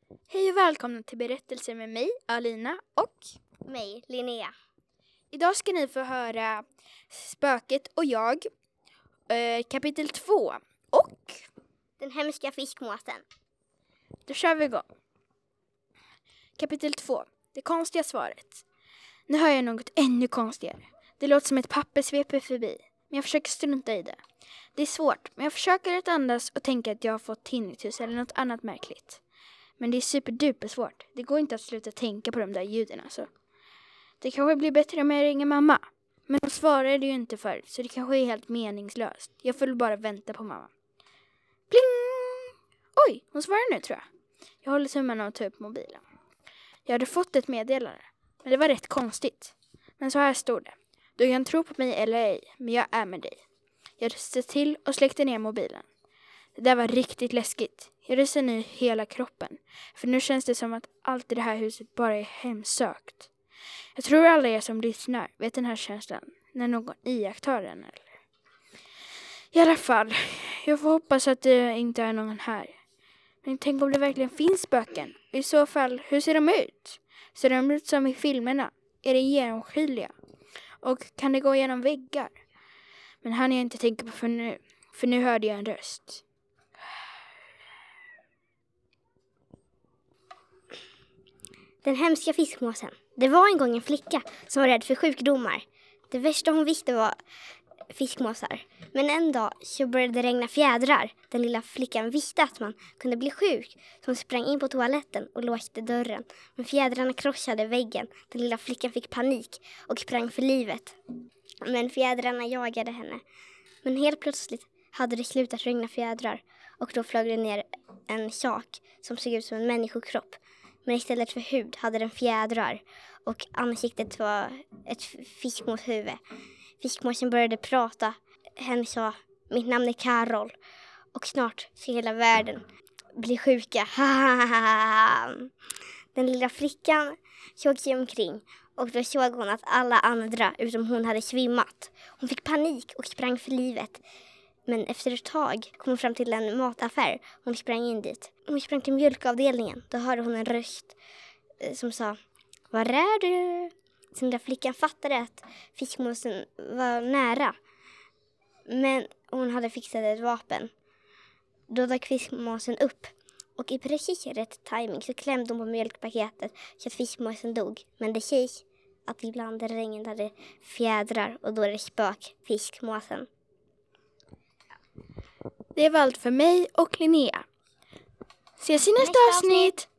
Hej och välkomna till berättelser med mig, Alina, och mig, Linnea. idag ska ni få höra Spöket och jag, kapitel 2 och Den hemska fiskmåsen. då kör vi igång. Kapitel 2, det konstiga svaret. Nu hör jag något ännu konstigare. Det låter som ett papper sveper förbi, men jag försöker strunta i det. Det är svårt, men jag försöker att andas och tänka att jag har fått tinnitus eller något annat märkligt. Men det är superduper svårt. Det går inte att sluta tänka på de där ljuden alltså. Det kanske blir bättre om jag ringer mamma. Men hon svarade ju inte förut, så det kanske är helt meningslöst. Jag får bara vänta på mamma. Pling! Oj, hon svarar nu tror jag. Jag håller tummarna och tar upp mobilen. Jag hade fått ett meddelande, men det var rätt konstigt. Men så här stod det. Du kan tro på mig eller ej, men jag är med dig. Jag röstade till och släckte ner mobilen. Det där var riktigt läskigt. Jag röstade ner hela kroppen. För nu känns det som att allt i det här huset bara är hemsökt. Jag tror alla er som lyssnar vet den här känslan. När någon iakttar den eller. I alla fall. Jag får hoppas att det inte är någon här. Men tänk om det verkligen finns spöken. I så fall, hur ser de ut? Ser de ut som i filmerna? Är de genomskinliga? Och kan det gå genom väggar? Men han jag inte tänka på för nu. För nu hörde jag en röst. Den hemska fiskmåsen. Det var en gång en flicka som var rädd för sjukdomar. Det värsta hon visste var fiskmåsar. Men en dag så började det regna fjädrar. Den lilla flickan visste att man kunde bli sjuk. Så hon sprang in på toaletten och låste dörren. Men fjädrarna krossade väggen. Den lilla flickan fick panik och sprang för livet. Men fjädrarna jagade henne. Men helt plötsligt hade det slutat regna fjädrar. Och då flög det ner en sak som såg ut som en människokropp. Men istället för hud hade den fjädrar. Och ansiktet var ett fiskmåshuvud. Fiskmåsen började prata. Hen sa, mitt namn är Karol. Och snart ska hela världen bli sjuka. Den lilla flickan såg sig omkring. Och då såg hon att alla andra utom hon hade svimmat. Hon fick panik och sprang för livet. Men efter ett tag kom hon fram till en mataffär. Hon sprang in dit. Hon sprang till mjölkavdelningen. Då hörde hon en röst som sa, var är du? Den där flickan fattade att fiskmåsen var nära. Men hon hade fixat ett vapen. Då dök fiskmåsen upp. Och i precis rätt timing så klämde hon på mjölkpaketet så att fiskmåsen dog. Men det sägs att ibland regnade fjädrar och då är det fiskmåsen. Det var allt för mig och Linnea. Ses i nästa avsnitt!